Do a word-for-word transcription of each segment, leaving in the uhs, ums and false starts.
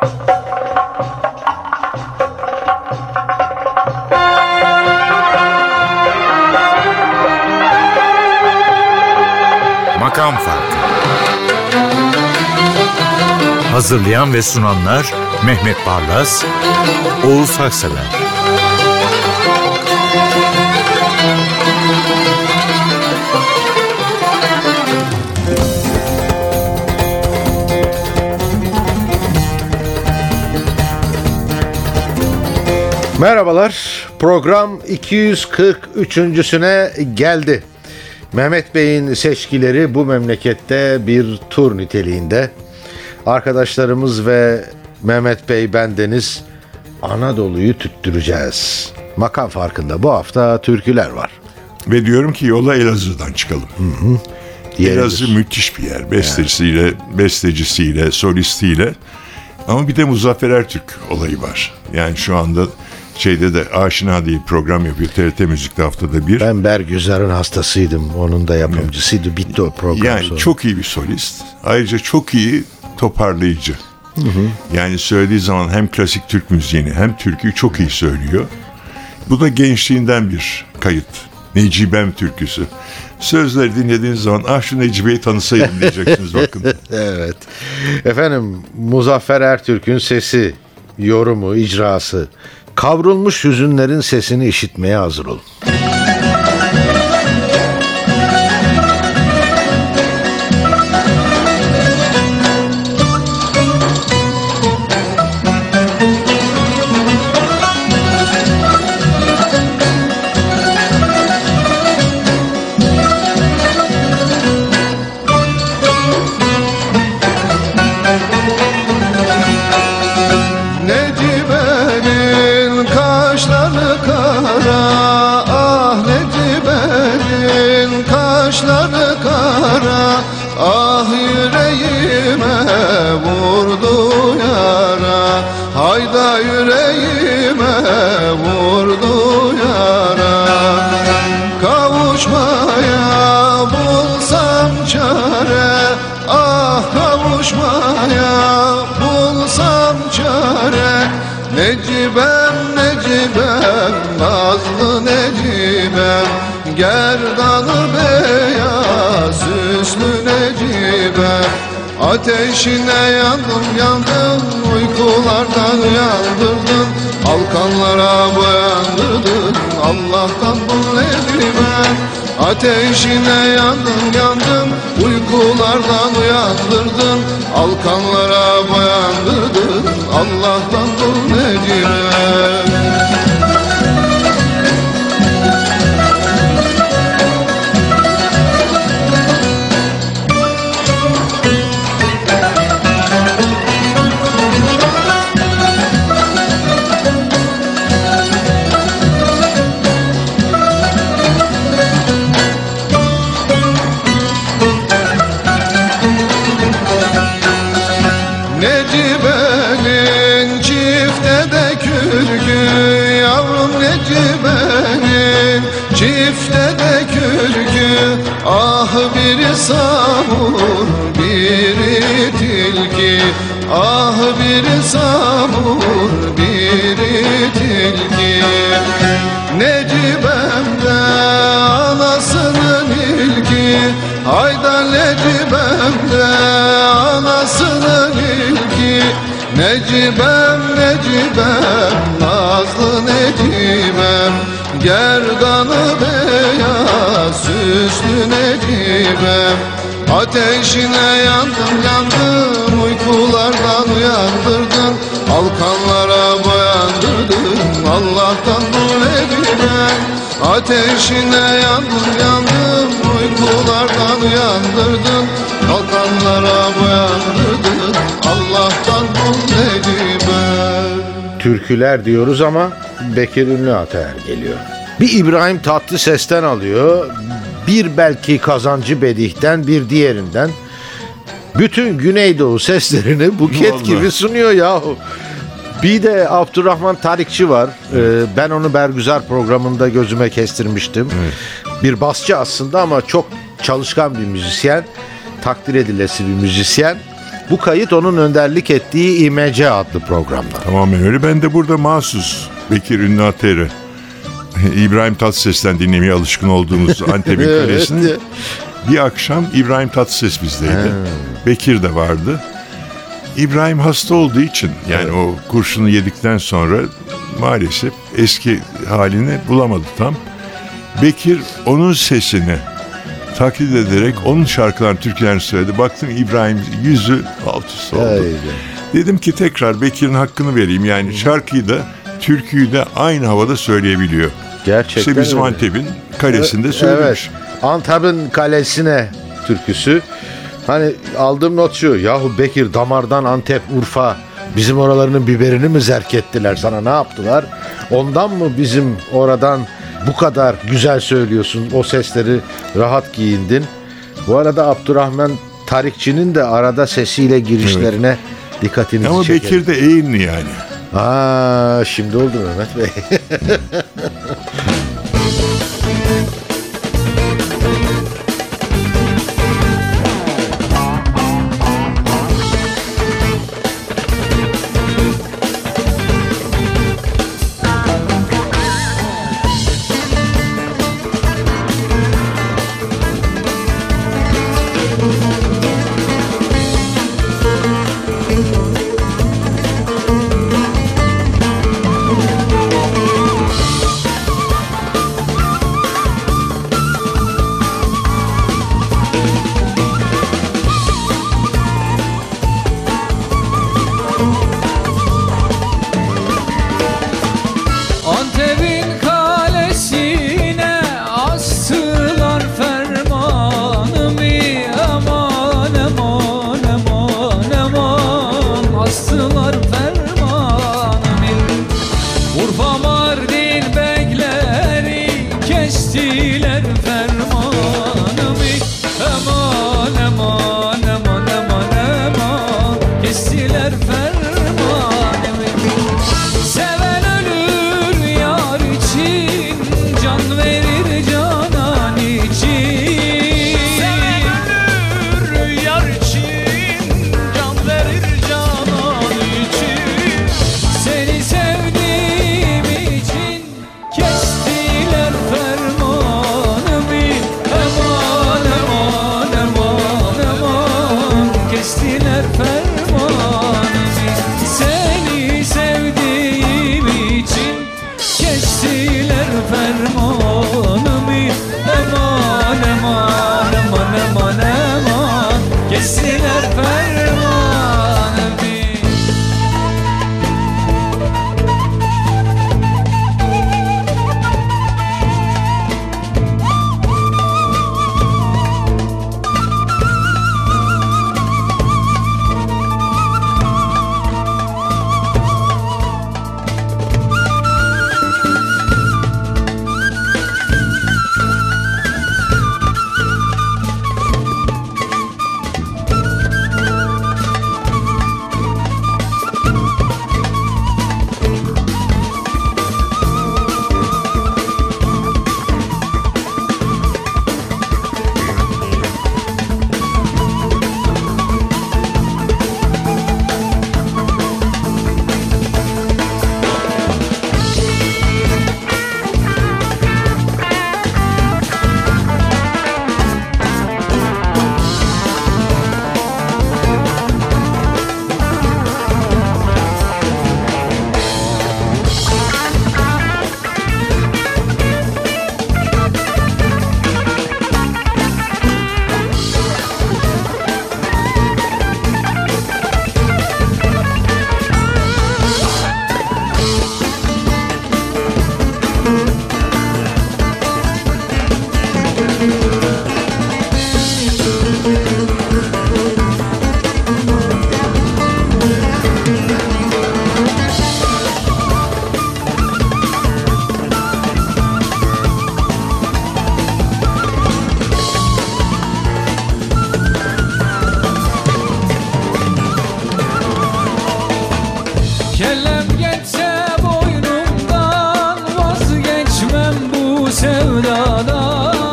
Makam Farkı. Hazırlayan ve sunanlar Mehmet Barlas, Oğuz Haksever. Merhabalar, program iki yüz kırk üçüncüsüne geldi. Mehmet Bey'in seçkileri bu memlekette bir tur niteliğinde. Arkadaşlarımız ve Mehmet Bey bendeniz Anadolu'yu tüttüreceğiz. Makam Farkı'nda bu hafta türküler var. Ve diyorum ki yola Elazığ'dan çıkalım. Hı hı. Elazığ müthiş bir yer. Bestecisiyle, yani. bestecisiyle, solistiyle. Ama bir de Muzaffer Ertürk olayı var. Yani şu anda şeyde de Aşina diye program yapıyor. T R T Müzik'te haftada bir. Ben Bergüzar'ın hastasıydım. Onun da yapımcısıydı. Evet. Bitti o program yani sonra. Çok iyi bir solist. Ayrıca çok iyi toparlayıcı. Hı hı. Yani söylediği zaman hem klasik Türk müziğini hem türküyü çok iyi söylüyor. Bu da gençliğinden bir kayıt. Necibem türküsü. Sözleri dinlediğiniz zaman ah şu Necibe'yi tanısaydım diyeceksiniz bakın. Evet. Efendim Muzaffer Ertürk'ün sesi, yorumu, icrası. Kavrulmuş hüzünlerin sesini işitmeye hazır olun. Ah yüreğime vurdu yara, hayda yüreğime vurdu yara. Kavuşmaya bulsam çare, ah kavuşmaya bulsam çare. Necibem, Necibem, nazlı Necibem, gerdanı beyaz süslü Necibem. Ateşine yandım yandım, uykulardan uyandırdın, alkanlara boyandırdın, Allah'tan bul Necibem. Ateşine yandım yandım, uykulardan uyandırdın, alkanlara boyandırdın, Allah'tan bul Necibem. Necibe'nin çifte de kürkü, yavrum Necibe'nin çifte de kürkü. Ah biri sahur, biri tilki, ah biri sahur, biri tilki. Necibem de anasının ilki, hayda Necibem de anasının ilki. Necibem, Necibem, nazlı Necibem, gerdanı beyaz süslü Necibem. Ateşine yandım yandım, uykulardan uyandırdın, alkanlara boyandırdın, Allah'tan bul Necibem. Ateşine yandım yandım, uykulardan uyandırdın, alkanlara boyandırdın, Allah'tan bul Necibem. Türküler diyoruz ama Bekir Ünlü Ataer geliyor. Bir İbrahim Tatlıses'ten alıyor, bir belki Kazancı Bedih'ten, bir diğerinden. Bütün Güneydoğu seslerini buket Vallahi. gibi sunuyor yahu. Bir de Abdurrahman Tarikçi var. Evet. Ee, ben onu Bergüzar programında gözüme kestirmiştim. Evet. Bir basçı aslında ama çok çalışkan bir müzisyen. Takdir edilesi bir müzisyen. Bu kayıt onun önderlik ettiği İMC adlı programda. Tamamen öyle. Ben de burada mahsus Bekir Ünlü Ater'i, İbrahim Tatlıses'ten dinlemeye alışkın olduğumuz Antep'in kalesini bir akşam İbrahim Tatlıses bizdeydi. He. Bekir de vardı. İbrahim hasta olduğu için yani evet. o kurşunu yedikten sonra maalesef eski halini bulamadı tam. Bekir onun sesini taklit ederek onun şarkılarını, türkülerini söyledi. Baktım İbrahim yüzü alt üst oldu. Haydi. Dedim ki tekrar Bekir'in hakkını vereyim. Yani şarkıyı da türküyü de aynı havada söyleyebiliyor. Gerçekten İşte bizim öyle. Antep'in kalesinde söylemiş. Evet. Antep'in kalesine türküsü. Hani aldığım not şu. Yahu Bekir damardan Antep, Urfa bizim oralarının biberini mi zerk ettiler, sana ne yaptılar? Ondan mı bizim oradan bu kadar güzel söylüyorsun, o sesleri rahat giyindin? Bu arada Abdurrahman Tarikçi'nin de arada sesiyle girişlerine evet. dikkatinizi ama çekerim. Bekir de eğimli yani. Aa, şimdi oldu Mehmet Bey.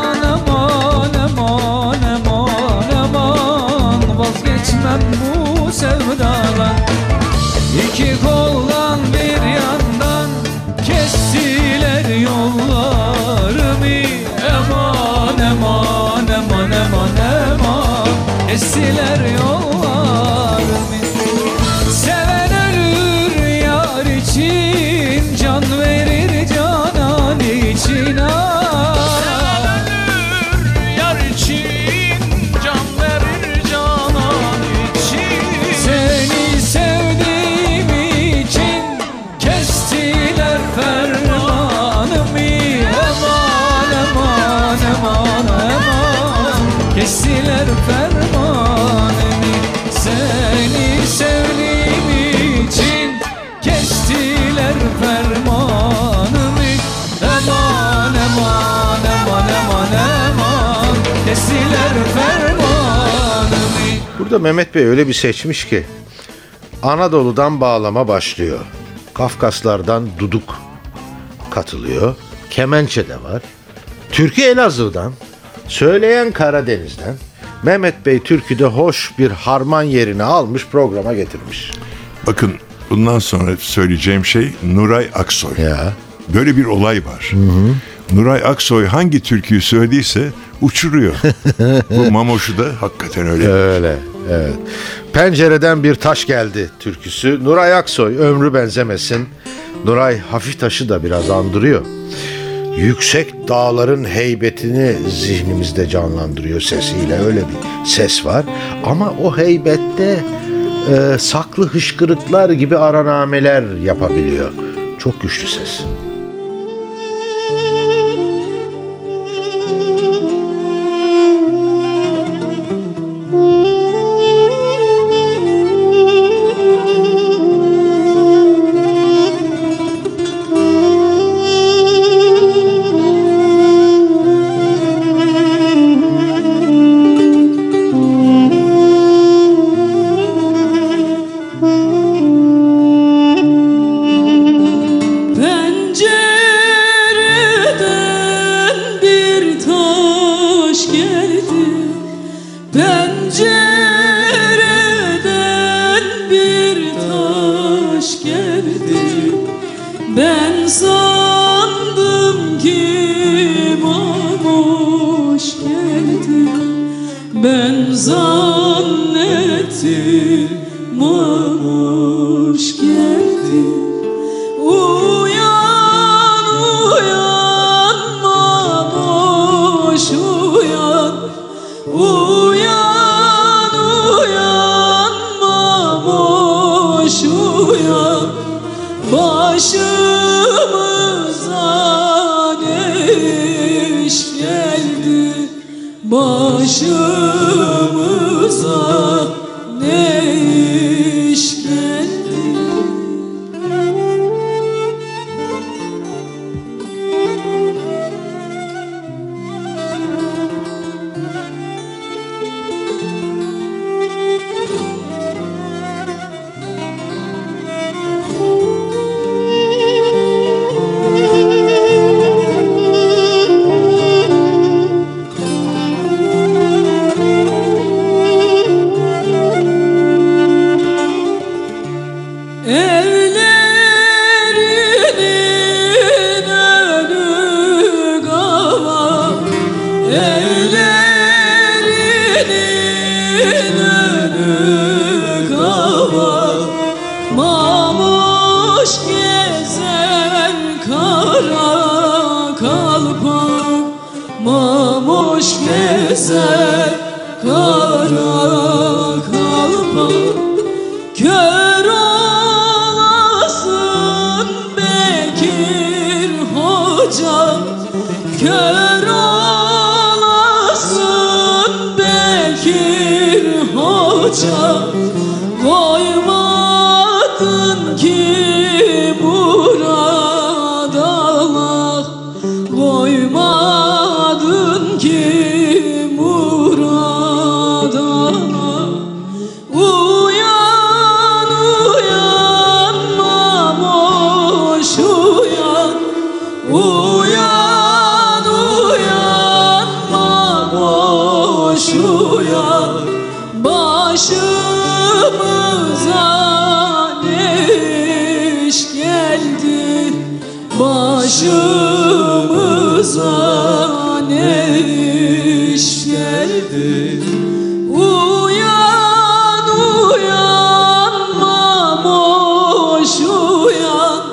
sevdadan aman aman aman aman vazgeçmem bu iki koldan bir yandan kestiler yollarımı. Eman eman eman eman eman, kestiler yollarımı. Seven ölür yar için, can verir canan için. Kestiler fermanımı, seni sevdiğim için kestiler fermanımı. Eman eman eman eman eman, kestiler fermanımı. Burada Mehmet Bey öyle bir seçmiş ki Anadolu'dan bağlama başlıyor. Kafkaslardan duduk katılıyor. Kemençe de var. Türkü Elazığ'dan, söyleyen Karadeniz'den. Mehmet Bey türküde hoş bir harman yerini almış, programa getirmiş. Bakın bundan sonra söyleyeceğim şey Nuray Aksoy. Ya. Böyle bir olay var. Hı hı. Nuray Aksoy hangi türküyü söylediyse uçuruyor. Bu Mamoş'u da hakikaten öyle. Öyle, evet. Pencereden bir taş geldi türküsü. Nuray Aksoy, ömrü benzemesin. Nuray hafif taşı da biraz andırıyor. Yüksek dağların heybetini zihnimizde canlandırıyor sesiyle, öyle bir ses var. Ama o heybette e, saklı hışkırıklar gibi aranameler yapabiliyor. Çok güçlü ses. Ben sandım ki Mamoş geldi, ben zannettim Mamoş geldi. Uyan uyan Mamoş uyan, uyan uyan Mamoş uyan. Başımıza ne iş geldi, başımıza ne iş geldi. Evlerinin önü kava, evlerinin önü kava. Mamoş gezer kara kalpak, Mamoş gezer kara kalpak. Kör olasın Bekir Hoca, kör olasın Bekir Hoca. Koymadın ki muradalah, koymadın ki muradalah. Uyan uyan Mamoş uyan, uyan uyan Mamoş uyan. Başımıza ne başımıza ne iş geldi? Uyan uyan mamoş uyan,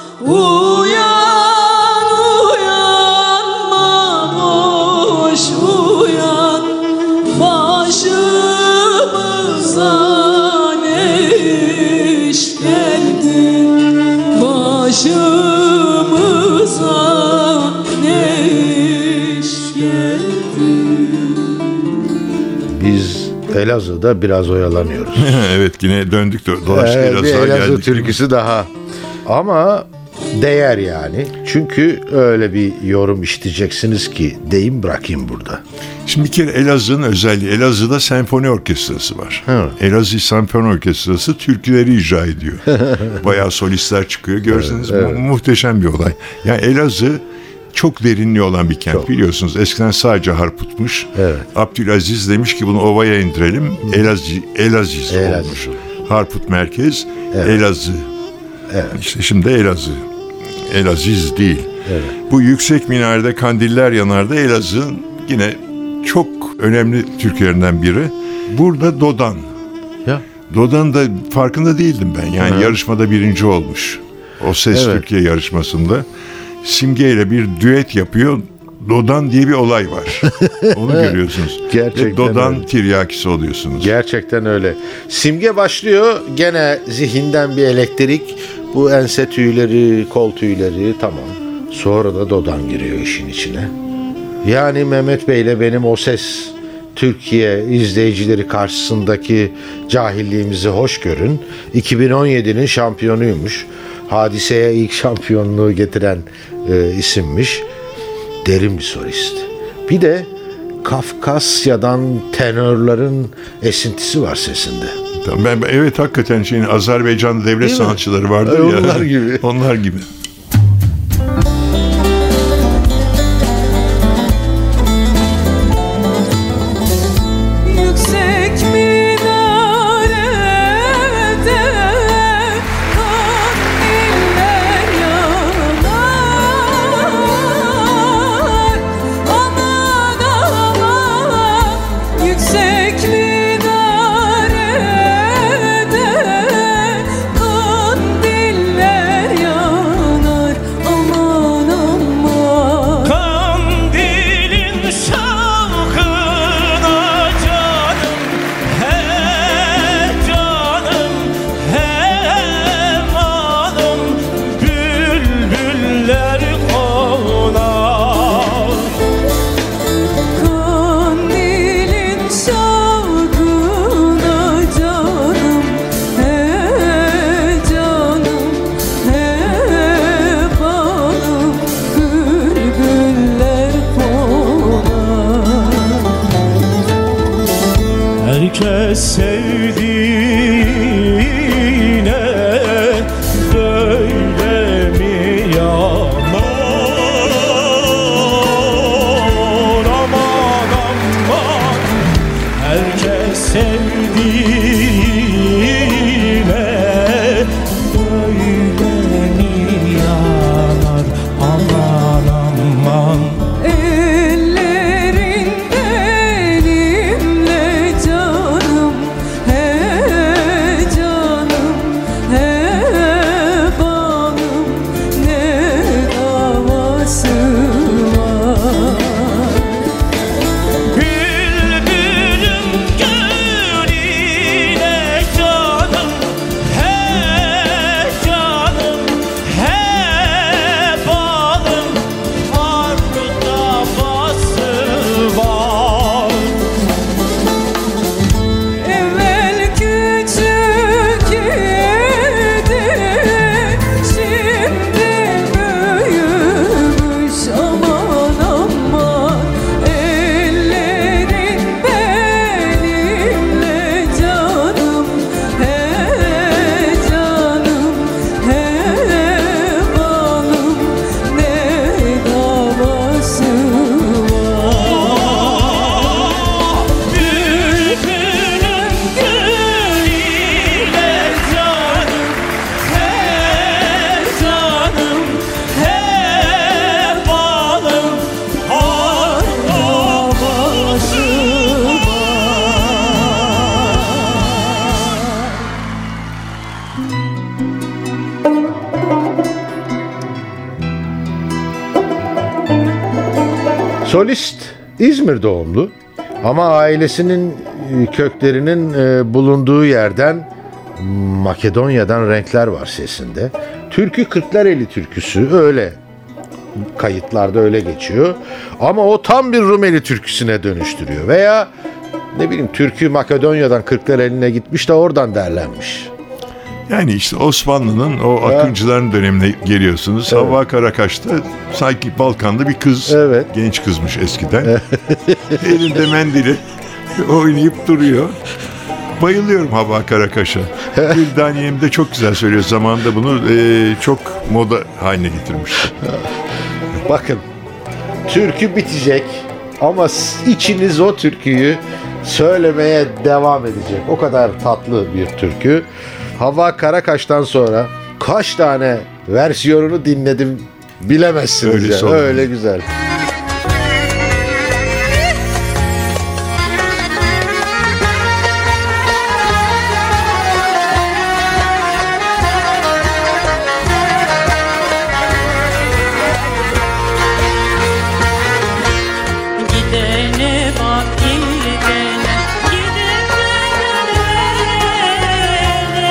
uyan uyan mamoş uyan, başımıza ne iş geldi? Başımıza ne iş geldi? Biz Elazığ'da biraz oyalanıyoruz. Evet, yine döndük do- dolaştık Ee, bir Elazığ'a Elazığ geldik. türküsü daha. Ama değer yani. Çünkü öyle bir yorum işiteceksiniz ki deyim bırakayım burada. Şimdi bir kere Elazığ'ın özelliği, Elazığ'da senfoni orkestrası var. Hı. Elazığ Senfoni Orkestrası türküleri icra ediyor. Bayağı solistler çıkıyor. Görseniz mu- muhteşem bir olay. Yani Elazığ çok derinliği olan bir kent, biliyorsunuz. Eskiden sadece Harput'muş. Evet. Abdülaziz demiş ki bunu ovaya indirelim. Elazığ, Elaziz Elazığ. olmuş. Harput merkez, Elazığ. İşte şimdi Elazığ. Elaziz değil. Bu yüksek minarede kandiller yanarda Elazığ'ın yine çok önemli türkülerinden biri. Burada Dodan. Ya. Dodan da farkında değildim ben. Yani yarışmada birinci olmuş. O Ses Evet. Türkiye yarışmasında. Simge ile bir düet yapıyor. Dodan diye bir olay var. Onu görüyorsunuz. Gerçekten Ve Dodan öyle. tiryakisi oluyorsunuz. Gerçekten öyle. Simge başlıyor. Gene zihinden bir elektrik. Bu ense tüyleri, kol tüyleri tamam. Sonra da Dodan giriyor işin içine. Yani Mehmet Bey ile benim O Ses Türkiye izleyicileri karşısındaki cahilliğimizi hoş görün. iki bin on yedinin şampiyonuymuş. Hadiseye ilk şampiyonluğu getiren e, isimmiş. Derin bir solist. Bir de Kafkasya'dan tenörlerin esintisi var sesinde. Tamam, Ben, evet hakikaten şeyin Azerbaycan devlet Değil mi? sanatçıları vardır Ay, ya. onlar gibi. Onlar gibi. Yüksek minarede kandiller yanar. Aman aman, yüksek minarede kandiller yanar. Aman aman. Kandilin şavkına canım, he canım, he malım, bülbüller konar. Kandilin şavkına canım, he canım, he balım, bülbüller konar. Herkes sevdiğine böyle mi yanar? Aman aman, herkes sevdiğine böyle mi yanar? Aman aman. Ellerin elimle canım, Solist İzmir doğumlu ama ailesinin e, köklerinin e, bulunduğu yerden Makedonya'dan renkler var sesinde. Türkü Kırklareli türküsü, öyle kayıtlarda öyle geçiyor. Ama o tam bir Rumeli türküsüne dönüştürüyor. Veya ne bileyim türkü Makedonya'dan Kırklareli'ne gitmiş de oradan derlenmiş. Yani işte Osmanlı'nın o akıncıların dönemine geliyorsunuz. Evet. Havva Karakaş'ta sanki Balkanlı bir kız. Evet. Genç kızmış eskiden. Elinde mendili oynayıp duruyor. Bayılıyorum Havva Karakaş'a. Güldaniyem de çok güzel söylüyor. Zamanında bunu e, çok moda haline getirmişti. Bakın, türkü bitecek ama içiniz o türküyü söylemeye devam edecek. O kadar tatlı bir türkü. Havva Karakaş'tan sonra kaç tane versiyonunu dinledim bilemezsiniz. Öyle ya. sorun. Öyle güzel. Gidene bak gidene, gidene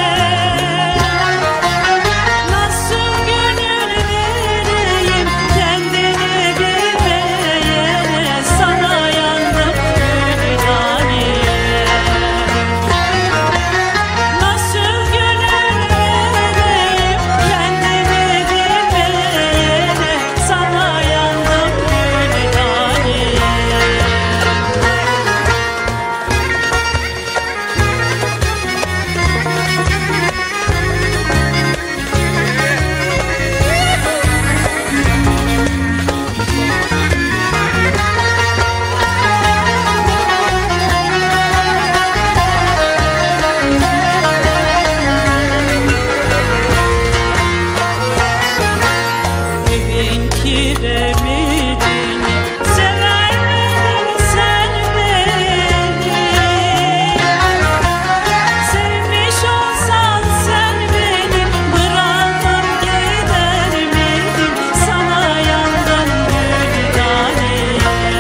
nasıl gönül vereyim kendini bilmeyene, sana yandım gülhaniye. Nasıl gönül vereyim kendini bilmeyene, sana yandım gülhaniye. Evin kiremidini sever miydin sen beni? Sevmiş olsan sen beni bırakıp gider miydin? Sana yandım gülhaniye.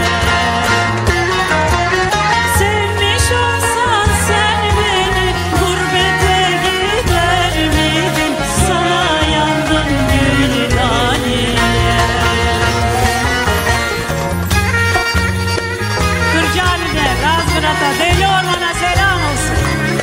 Sevmiş olsan sen beni gurbete gider miydin? Sana yandım gülhaniye. Kırcaali'de, Razgırat'a, Deli Orman'a selam olsun.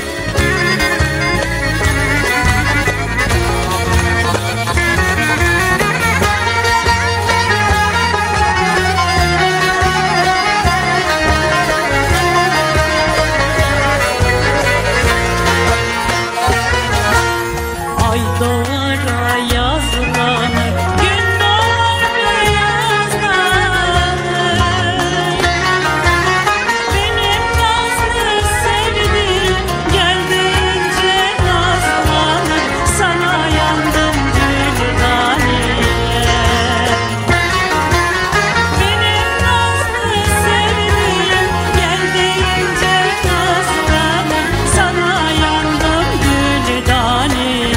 Ay doğar yazlanır, gün doğar beyazlanır. Benim nazlı sevdiğim gel deyince nazlanır. Sana yandım gülhaniye. Benim nazlı sevdiğim gel deyince nazlanır. Sana yandım gülhaniye.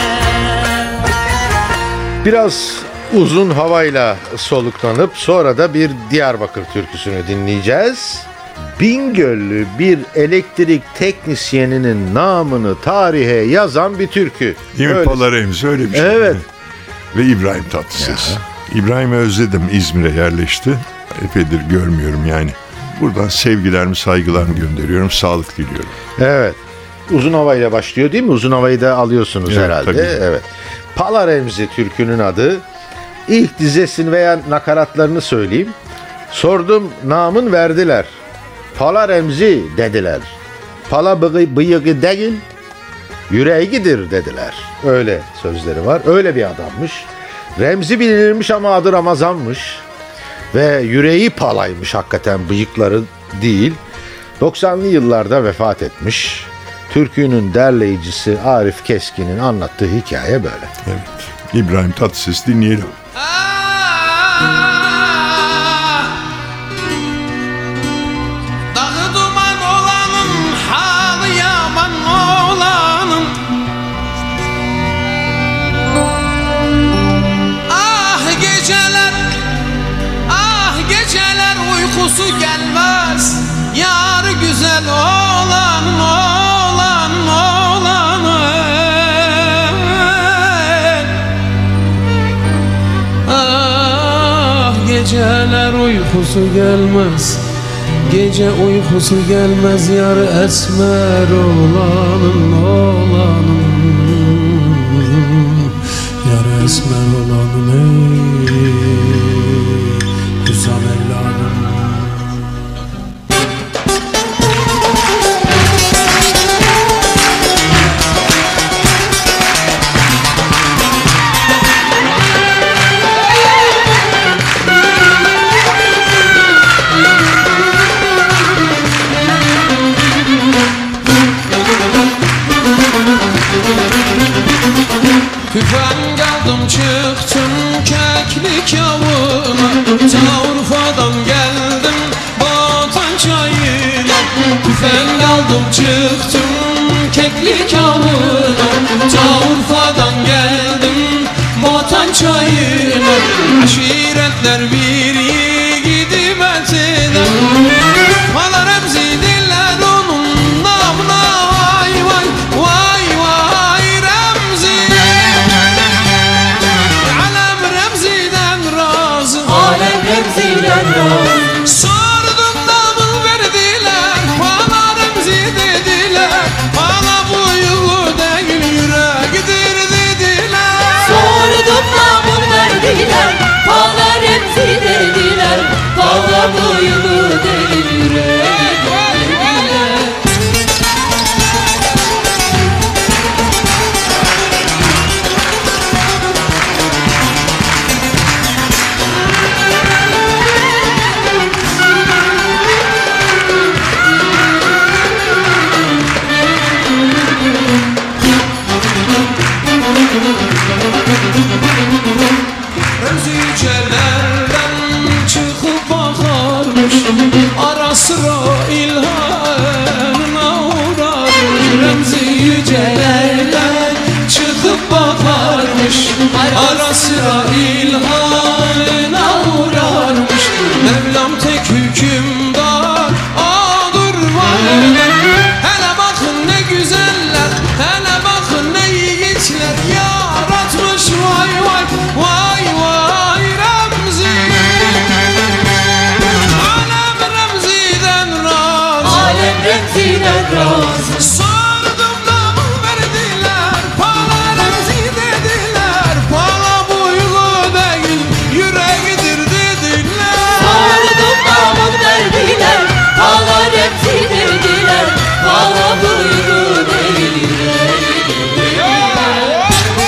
Biraz uzun havayla soluklanıp sonra da bir Diyarbakır türküsünü dinleyeceğiz. Bingöllü bir elektrik teknisyeninin namını tarihe yazan bir türkü. Değil mi? Öyle- Pala Remzi öyle bir şey. Evet. Ve İbrahim Tatlıses. İbrahim'i özledim. İzmir'e yerleşti. Epeydir görmüyorum yani. Buradan sevgilerimi, saygılarımı gönderiyorum. Sağlık diliyorum. Evet. Uzun havayla başlıyor değil mi? Uzun havayı da alıyorsunuz Evet, herhalde. tabii. Evet. Pala Remzi türkünün adı. İlk dizesini veya nakaratlarını söyleyeyim. Sordum namın verdiler. Pala Remzi dediler. Pala bığı, bıyığı değil, yüreğidir dediler. Öyle sözleri var. Öyle bir adammış. Remzi bilinirmiş ama adı Ramazan'mış. Ve yüreği palaymış hakikaten, bıyıkları değil. doksanlı yıllarda vefat etmiş. Türkünün derleyicisi Arif Keskin'in anlattığı hikaye böyle. Evet. İbrahim Tatlıses dinleyelim. Dağı duman olanım, halı yaman olanım. Ah geceler, ah geceler uykusu gelmez. Yar güzel olan olan olan ah geceler uykusu gelmez. Gece uykusu gelmez yar esmer olanın olanın yar esmer olanın ey güzel evladım. Tüfeğin aldım çıktım keklik yavuna, ta Urfa'dan geldim Batan çayına. Tüfeğin aldım çıktım keklik yavuna, ta Urfa'dan geldim Batan çayına. Aşiretler bir yiğidi metheder, Malar hepsi diller onun namına. Vay vay vay vay Remzi, Alem Remzi'den razı, Alem Remzi'den razı. Sordum namı verdiler, bana Remzi dediler. Bana bu yolu değil yürektir dediler. Sordum namı verdiler, Pala Remzi dediler. Pala boyunu değil yüreği dediler. Remzicelerden çıkıp bakarmış, ara sıra ilhanına uğrarmış. Remzicelerden çıkıp bakarmış, ara sıra ilhanına uğrarmış. Mevlam tek hükümdar odur var. Hele bakın ne güzeller, hele bakın ne yiğitler yaratmış. Vay vay vay vay Remzi, Alem Remzi'den razı. Alem Remzi'den razı. Sordum namı verdiler, Pala Remzi dediler. Pala boylu değil yüreğidir dediler. Sordum namı verdiler, Pala Remzi dediler. Pala boyunu değil yüreği dediler.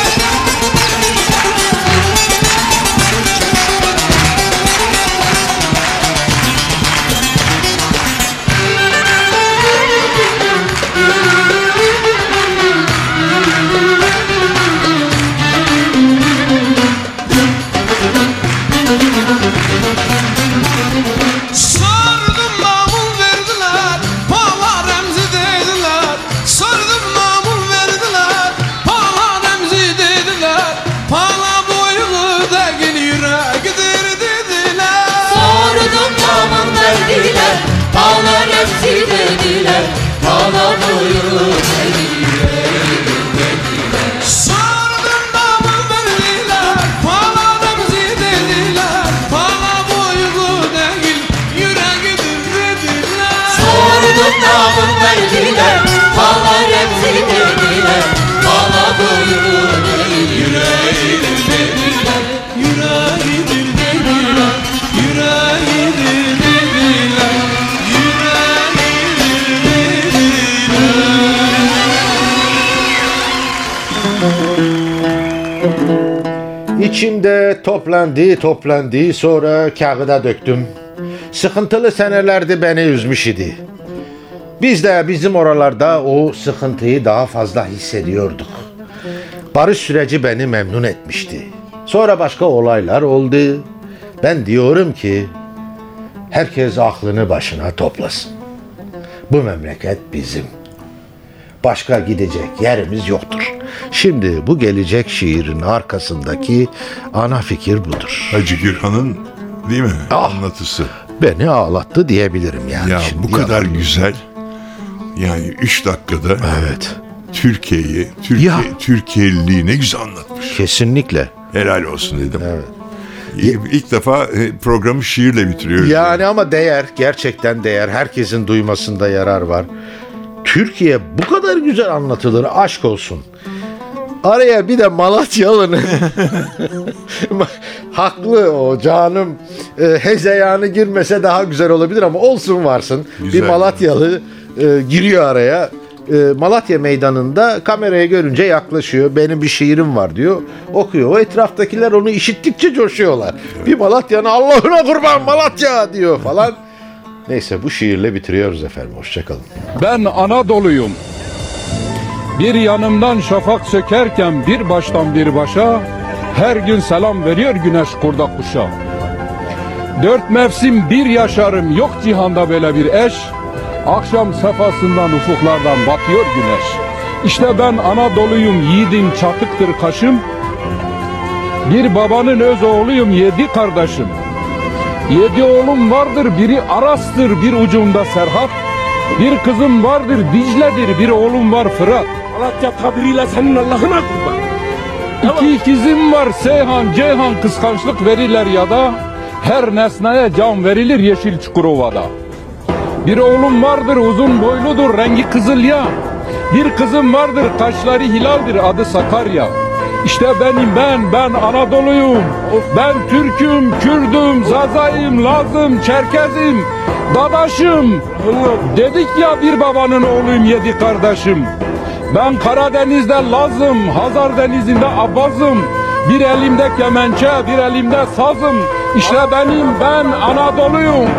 Sordum namı verdiler, Pala Remzi dediler. Sordum namı verdiler, Pala Remzi dediler. Pala boylu değil yüreğidir dediler. Sordum namı verdiler, Pala Remzi dediler. Pala boyunu değil yüreği dediler. Sordum namı verdiler, Pala Remzi dediler. Pala boylu değil yüreğidir dediler. Sordum namı verdiler, Pala Remzi dediler. Pala boyunu değil yüreğidir dediler. Yüreğidir dediler, yüreğidir dediler, yüreğidir dediler. İçimde toplandı toplandı, sonra kağıda döktüm. Sıkıntılı senelerdi beni üzmüş idi. Biz de bizim oralarda o sıkıntıyı daha fazla hissediyorduk. Barış süreci beni memnun etmişti. Sonra başka olaylar oldu. Ben diyorum ki herkes aklını başına toplasın. Bu memleket bizim. Başka gidecek yerimiz yoktur. Şimdi bu gelecek şiirin arkasındaki ana fikir budur. Hacı Gürhan'ın değil mi? Ah. Anlatısı. beni ağlattı diyebilirim yani. Ya Şimdi bu kadar yalan- güzel. Yani üç dakikada Evet. Türkiye'yi, Türkiye, Ya. Türkiye'liliği ne güzel anlatmış. Kesinlikle. Helal olsun dedim. Evet. İlk defa e, programı şiirle bitiriyoruz. Yani ama değer, gerçekten değer. Herkesin duymasında yarar var. Türkiye bu kadar güzel anlatılır, aşk olsun. Araya bir de Malatyalı'nın haklı o canım e, hezeyanı girmese daha güzel olabilir ama olsun varsın. Güzel. Bir Malatyalı e, giriyor araya. E, Malatya meydanında kamerayı görünce yaklaşıyor. Benim bir şiirim var diyor. Okuyor. O etraftakiler onu işittikçe coşuyorlar. Bir Malatya'nın Allah'ına kurban Malatya diyor falan. Neyse bu şiirle bitiriyoruz efendim. Hoşçakalın. Ben Anadolu'yum. Bir yanımdan şafak sökerken bir baştan bir başa, her gün selam veriyor güneş kurda kuşa. Dört mevsim bir yaşarım, yok cihanda böyle bir eş. Akşam sefasından ufuklardan batıyor güneş. İşte ben Anadolu'yum, yiğidim çatıktır kaşım. Bir babanın öz oğluyum, yedi kardeşim. Yedi oğlum vardır, biri Aras'tır, bir ucunda Serhat. Bir kızım vardır, Dicle'dir, bir oğlum var Fırat. Malatya tabiriyle senin Allah'ına kurban. İki ikizim var, Seyhan, Ceyhan, kıskançlık verirler ya da her nesneye can verilir Yeşil Çukurova'da. Bir oğlum vardır, uzun boyludur, rengi kızıl ya. Bir kızım vardır, kaşları hilaldir, adı Sakarya. İşte benim ben, ben Anadolu'yum. Ben Türk'üm, Kürd'üm, Zaza'yım, Laz'ım, Çerkez'im, Dadaş'ım. Dedik ya bir babanın oğluyum, yedi kardeşim. Ben Karadeniz'de Laz'ım, Hazar Denizi'nde Abbaz'ım. Bir elimde kemençe, bir elimde sazım. İşte benim ben Anadolu'yum.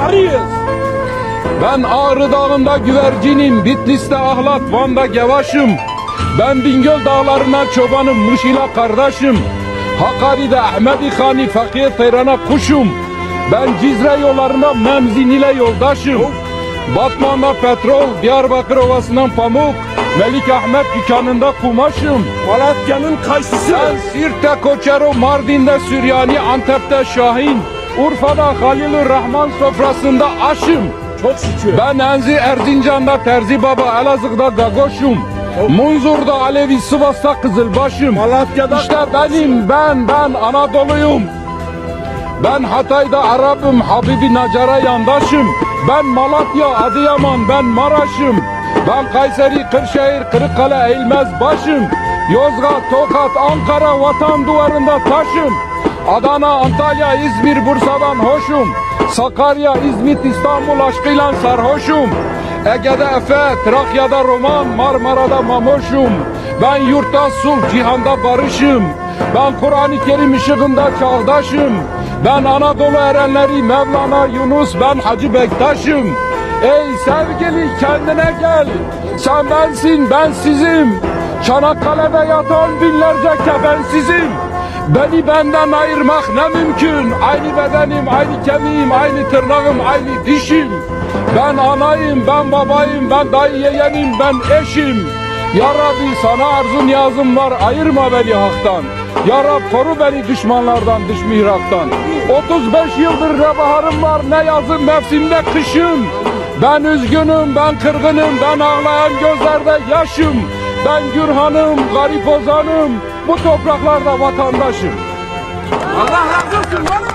Ben Ağrı Dağı'nda güvercinim, Bitlis'te Ahlat, Van'da Gevaş'ım. Ben Bingöl dağlarına çobanım, Mışı'yla kardeşim. Hakkari'de Ahmedi Khani, Fakir Teyran'a kuşum. Ben Cizre yollarında Memzin ile yoldaşım. Batman'da petrol, Diyarbakır Ovası'ndan pamuk, Melik Ahmet dükkanında kumaşım. Malatya'nın kayısısı. Ben Sirt'te Koçero, Mardin'de Süryani, Antep'te Şahin, Urfa'da Halilur Rahman sofrasında aşım. Çok şükür. Ben Enzi Erzincan'da Terzi Baba, Elazığ'da Gagoş'um. Munzur'da Alevi, Sivas'ta Kızılbaş'ım. Malatya'da İşte benim ben ben Anadolu'yum. Ben Hatay'da Arap'ım, Habibi Nacar'a yandaşım. Ben Malatya, Adıyaman, ben Maraş'ım. Ben Kayseri, Kırşehir, Kırıkkale, Eğilmez başım. Yozgat, Tokat, Ankara, vatan duvarında taşım. Adana, Antalya, İzmir, Bursa'dan hoşum. Sakarya, İzmit, İstanbul aşkıyla sarhoşum. Ege'de Efe, Trakya'da Roman, Marmara'da Mamoşum. Ben yurtta sulh, cihanda barışım. Ben Kur'an-ı Kerim ışığında çağdaşım. Ben Anadolu erenleri Mevlana Yunus, ben Hacı Bektaş'ım. Ey sevgili kendine gel, sen bensin ben sizim. Çanakkale'de yatan binlerce kefensizim. Beni benden ayırmak ne mümkün. Aynı bedenim, aynı kemiğim, aynı tırnağım, aynı dişim. Ben anayım, ben babayım, ben dayı yeğenim, ben eşim. Ya Rabbi sana arzu niyazım var, ayırma beni haktan. Ya Rab koru beni düşmanlardan, dış mihraktan. otuz beş yıldır ne baharım var, ne yazın mevsimde kışım. Ben üzgünüm, ben kırgınım, ben ağlayan gözlerde yaşım. Ben Gürhan'ım, garip ozanım, bu topraklarda vatandaşım. Allah razı olsun. Bana.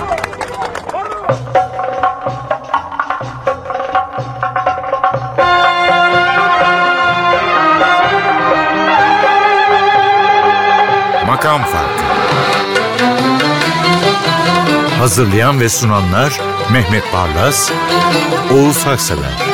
Makam Farkı. Hazırlayan ve sunanlar Mehmet Barlas, Oğuz Haksever.